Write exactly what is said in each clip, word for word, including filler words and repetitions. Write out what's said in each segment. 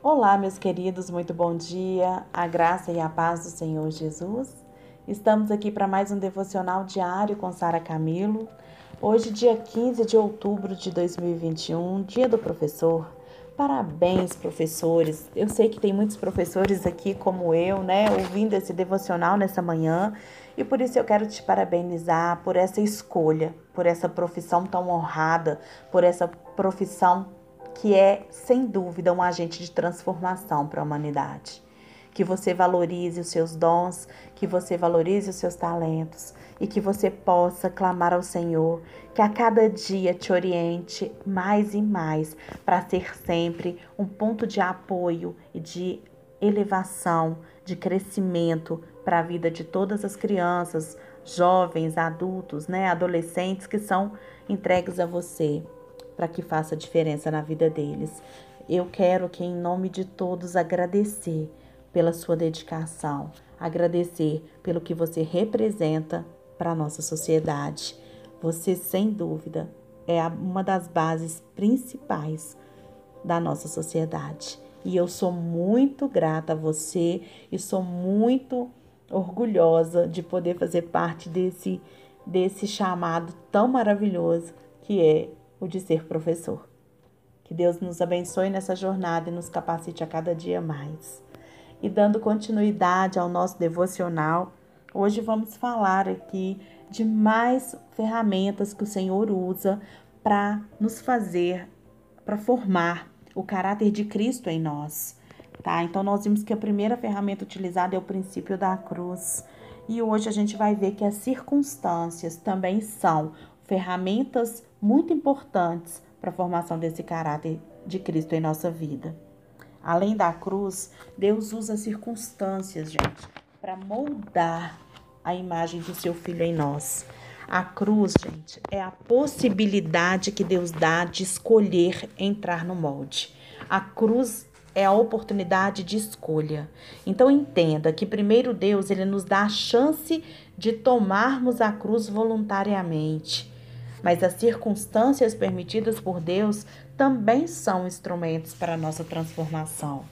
Olá, meus queridos, muito bom dia, a graça e a paz do Senhor Jesus. Estamos aqui para mais um devocional diário com Sara Camilo. Hoje, dia quinze de outubro de dois mil e vinte e um, dia do professor. Parabéns, professores. Eu sei que tem muitos professores aqui como eu, né, ouvindo esse devocional nessa manhã, e por isso eu quero te parabenizar por essa escolha, por essa profissão tão honrada, por essa profissão que é, sem dúvida, um agente de transformação para a humanidade. Que você valorize os seus dons, que você valorize os seus talentos e que você possa clamar ao Senhor, que a cada dia te oriente mais e mais para ser sempre um ponto de apoio e de elevação, de crescimento para a vida de todas as crianças, jovens, adultos, né, adolescentes que são entregues a você, para que faça diferença na vida deles. Eu quero que, em nome de todos, agradecer pela sua dedicação, agradecer pelo que você representa para a nossa sociedade. Você, sem dúvida, é uma das bases principais da nossa sociedade. E eu sou muito grata a você e sou muito orgulhosa de poder fazer parte desse, desse chamado tão maravilhoso que é o de ser professor. Que Deus nos abençoe nessa jornada e nos capacite a cada dia mais. E dando continuidade ao nosso devocional, hoje vamos falar aqui de mais ferramentas que o Senhor usa para nos fazer, para formar o caráter de Cristo em nós, tá? Então nós vimos que a primeira ferramenta utilizada é o princípio da cruz. E hoje a gente vai ver que as circunstâncias também são ferramentas muito importantes para a formação desse caráter de Cristo em nossa vida. Além da cruz, Deus usa circunstâncias, gente, para moldar a imagem do seu Filho em nós. A cruz, gente, é a possibilidade que Deus dá de escolher entrar no molde. A cruz é a oportunidade de escolha. Então entenda que primeiro Deus, ele nos dá a chance de tomarmos a cruz voluntariamente. Mas as circunstâncias permitidas por Deus também são instrumentos para a nossa transformação.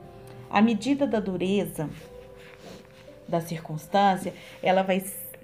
A medida da dureza da circunstância, ela vai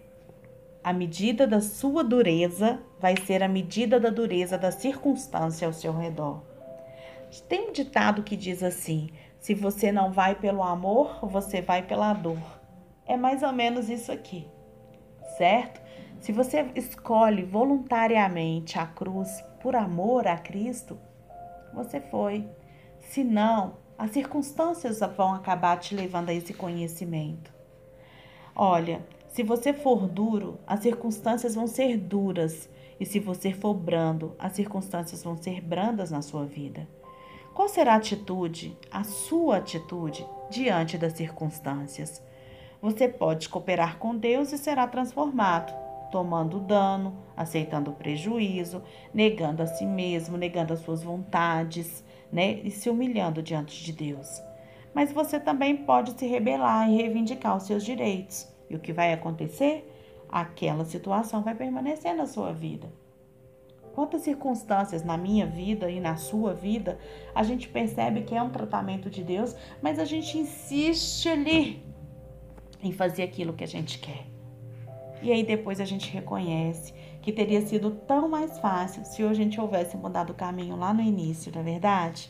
a medida da sua dureza vai ser a medida da dureza da circunstância ao seu redor. Tem um ditado que diz assim: se você não vai pelo amor, você vai pela dor. É mais ou menos isso aqui, certo? Se você escolhe voluntariamente a cruz por amor a Cristo, você foi. Se não, as circunstâncias vão acabar te levando a esse conhecimento. Olha, se você for duro, as circunstâncias vão ser duras. E se você for brando, as circunstâncias vão ser brandas na sua vida. Qual será a atitude, a sua atitude, diante das circunstâncias? Você pode cooperar com Deus e será transformado, tomando dano, aceitando o prejuízo, negando a si mesmo, negando as suas vontades, né? E se humilhando diante de Deus. Mas você também pode se rebelar e reivindicar os seus direitos. E o que vai acontecer? Aquela situação vai permanecer na sua vida. Quantas circunstâncias na minha vida e na sua vida a gente percebe que é um tratamento de Deus, mas a gente insiste ali em fazer aquilo que a gente quer. E aí depois a gente reconhece que teria sido tão mais fácil se hoje a gente houvesse mudado o caminho lá no início, não é verdade?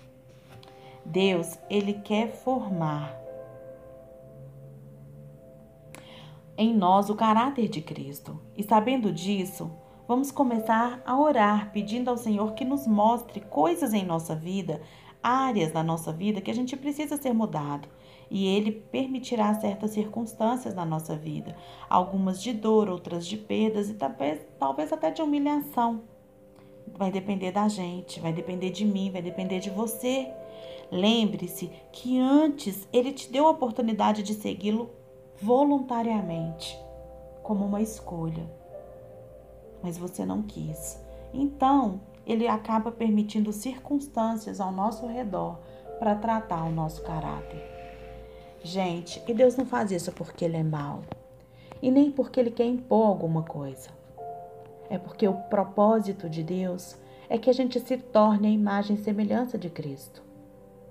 Deus, ele quer formar em nós o caráter de Cristo. E sabendo disso, vamos começar a orar, pedindo ao Senhor que nos mostre coisas em nossa vida, áreas da nossa vida que a gente precisa ser mudado. E Ele permitirá certas circunstâncias na nossa vida, algumas de dor, outras de perdas e talvez, talvez até de humilhação. Vai depender da gente, vai depender de mim, vai depender de você. Lembre-se que antes Ele te deu a oportunidade de segui-lo voluntariamente, como uma escolha, mas você não quis. Então, ele acaba permitindo circunstâncias ao nosso redor para tratar o nosso caráter. Gente, e Deus não faz isso porque ele é mau, e nem porque ele quer impor alguma coisa. É porque o propósito de Deus é que a gente se torne a imagem e semelhança de Cristo.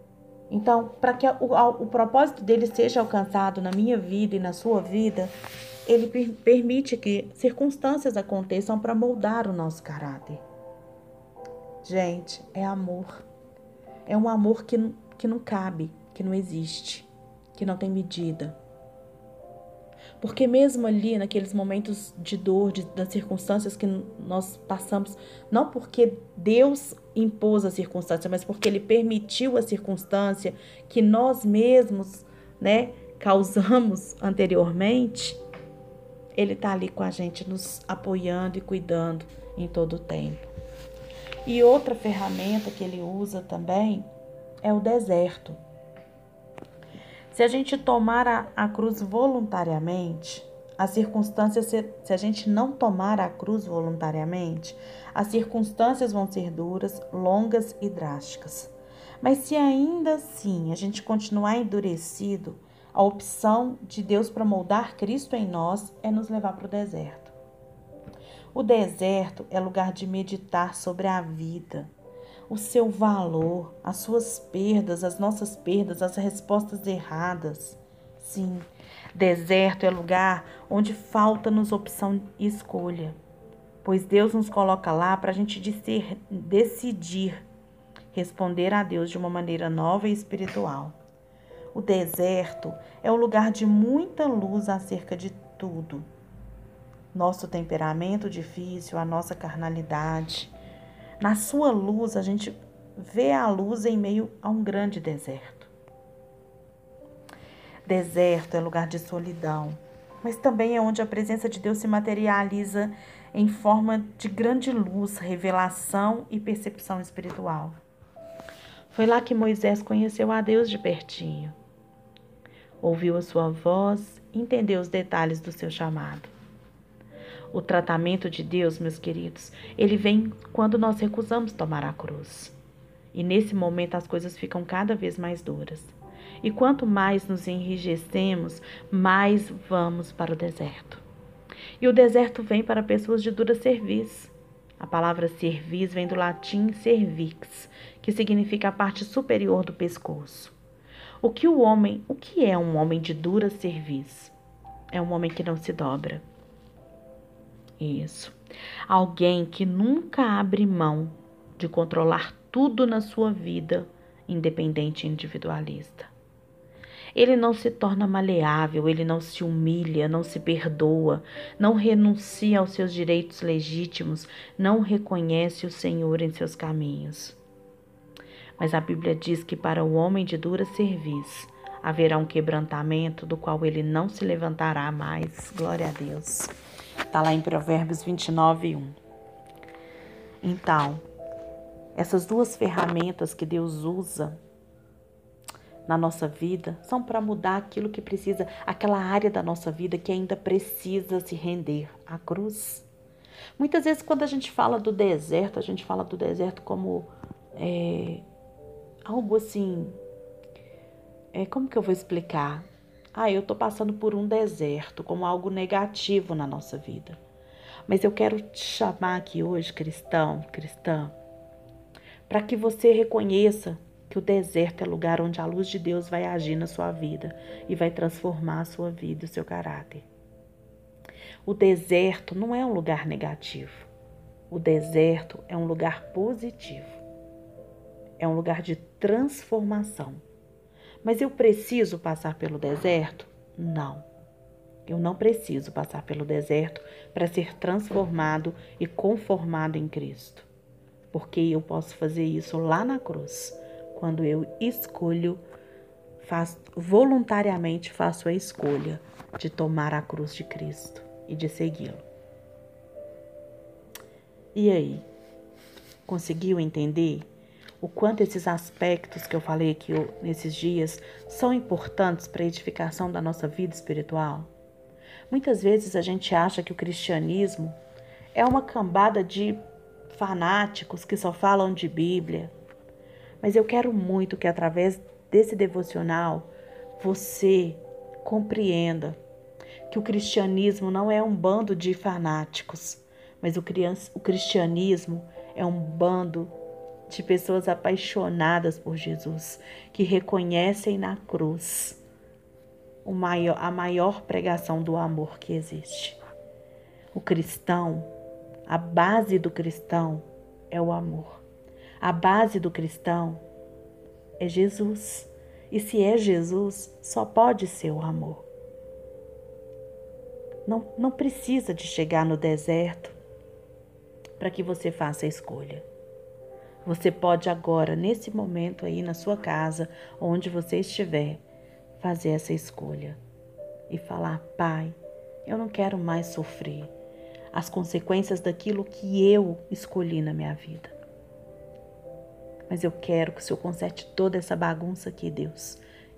Então, para que o, o propósito dele seja alcançado na minha vida e na sua vida, ele per permite que circunstâncias aconteçam para moldar o nosso caráter. Gente, é amor. É um amor que, que não cabe, que não existe, que não tem medida. Porque mesmo ali, naqueles momentos de dor, de, das circunstâncias que nós passamos, não porque Deus impôs a circunstância, mas porque Ele permitiu a circunstância que nós mesmos, né, causamos anteriormente, Ele está ali com a gente, nos apoiando e cuidando em todo o tempo. E outra ferramenta que Ele usa também é o deserto. Se a gente tomar a, a cruz voluntariamente, as circunstâncias, se, se a gente não tomar a cruz voluntariamente, as circunstâncias vão ser duras, longas e drásticas. Mas se ainda assim a gente continuar endurecido, a opção de Deus para moldar Cristo em nós é nos levar para o deserto. O deserto é lugar de meditar sobre a vida, o seu valor, as suas perdas, as nossas perdas, as respostas erradas. Sim, deserto é lugar onde falta-nos opção e escolha, pois Deus nos coloca lá para a gente decidir responder a Deus de uma maneira nova e espiritual. O deserto é um lugar de muita luz acerca de tudo. Nosso temperamento difícil, a nossa carnalidade. Na sua luz, a gente vê a luz em meio a um grande deserto. Deserto é lugar de solidão, mas também é onde a presença de Deus se materializa em forma de grande luz, revelação e percepção espiritual. Foi lá que Moisés conheceu a Deus de pertinho. Ouviu a sua voz, entendeu os detalhes do seu chamado. O tratamento de Deus, meus queridos, ele vem quando nós recusamos tomar a cruz. E nesse momento as coisas ficam cada vez mais duras. E quanto mais nos enrijecemos, mais vamos para o deserto. E o deserto vem para pessoas de dura cerviz. A palavra cerviz vem do latim cervix, que significa a parte superior do pescoço. O que o homem, o que é um homem de dura cerviz? É um homem que não se dobra. Isso. Alguém que nunca abre mão de controlar tudo na sua vida, independente e individualista. Ele não se torna maleável, ele não se humilha, não se perdoa, não renuncia aos seus direitos legítimos, não reconhece o Senhor em seus caminhos. Mas a Bíblia diz que para o homem de dura cerviz haverá um quebrantamento do qual ele não se levantará mais. Glória a Deus. Está lá em Provérbios vinte e nove, um. Então, essas duas ferramentas que Deus usa na nossa vida são para mudar aquilo que precisa, aquela área da nossa vida que ainda precisa se render à cruz. Muitas vezes quando a gente fala do deserto, a gente fala do deserto como é, algo assim, é, como que eu vou explicar? Ah, eu estou passando por um deserto, como algo negativo na nossa vida. Mas eu quero te chamar aqui hoje, cristão, cristã, para que você reconheça que o deserto é lugar onde a luz de Deus vai agir na sua vida e vai transformar a sua vida e o seu caráter. O deserto não é um lugar negativo. O deserto é um lugar positivo. É um lugar de transformação. Mas eu preciso passar pelo deserto? Não. Eu não preciso passar pelo deserto para ser transformado e conformado em Cristo. Porque eu posso fazer isso lá na cruz, quando eu escolho, faço, voluntariamente faço a escolha de tomar a cruz de Cristo e de segui-lo. E aí? Conseguiu entender o quanto esses aspectos que eu falei aqui nesses dias são importantes para a edificação da nossa vida espiritual? Muitas vezes a gente acha que o cristianismo é uma cambada de fanáticos que só falam de Bíblia. Mas eu quero muito que através desse devocional você compreenda que o cristianismo não é um bando de fanáticos, mas o cristianismo é um bando de pessoas apaixonadas por Jesus, que reconhecem na cruz o maior, a maior pregação do amor que existe. O cristão, a base do cristão é o amor. A base do cristão é Jesus. E se é Jesus, só pode ser o amor. Não, não precisa de chegar no deserto para que você faça a escolha. Você pode agora, nesse momento aí na sua casa, onde você estiver, fazer essa escolha e falar: Pai, eu não quero mais sofrer as consequências daquilo que eu escolhi na minha vida. Mas eu quero que o Senhor conserte toda essa bagunça aqui, Deus.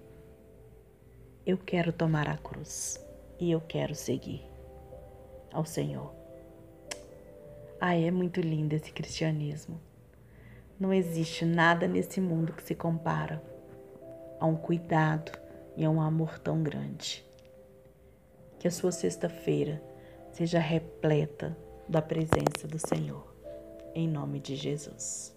Eu quero tomar a cruz e eu quero seguir ao Senhor. Ai, é muito lindo esse cristianismo. Não existe nada nesse mundo que se compara a um cuidado e a um amor tão grande. Que a sua sexta-feira seja repleta da presença do Senhor. Em nome de Jesus.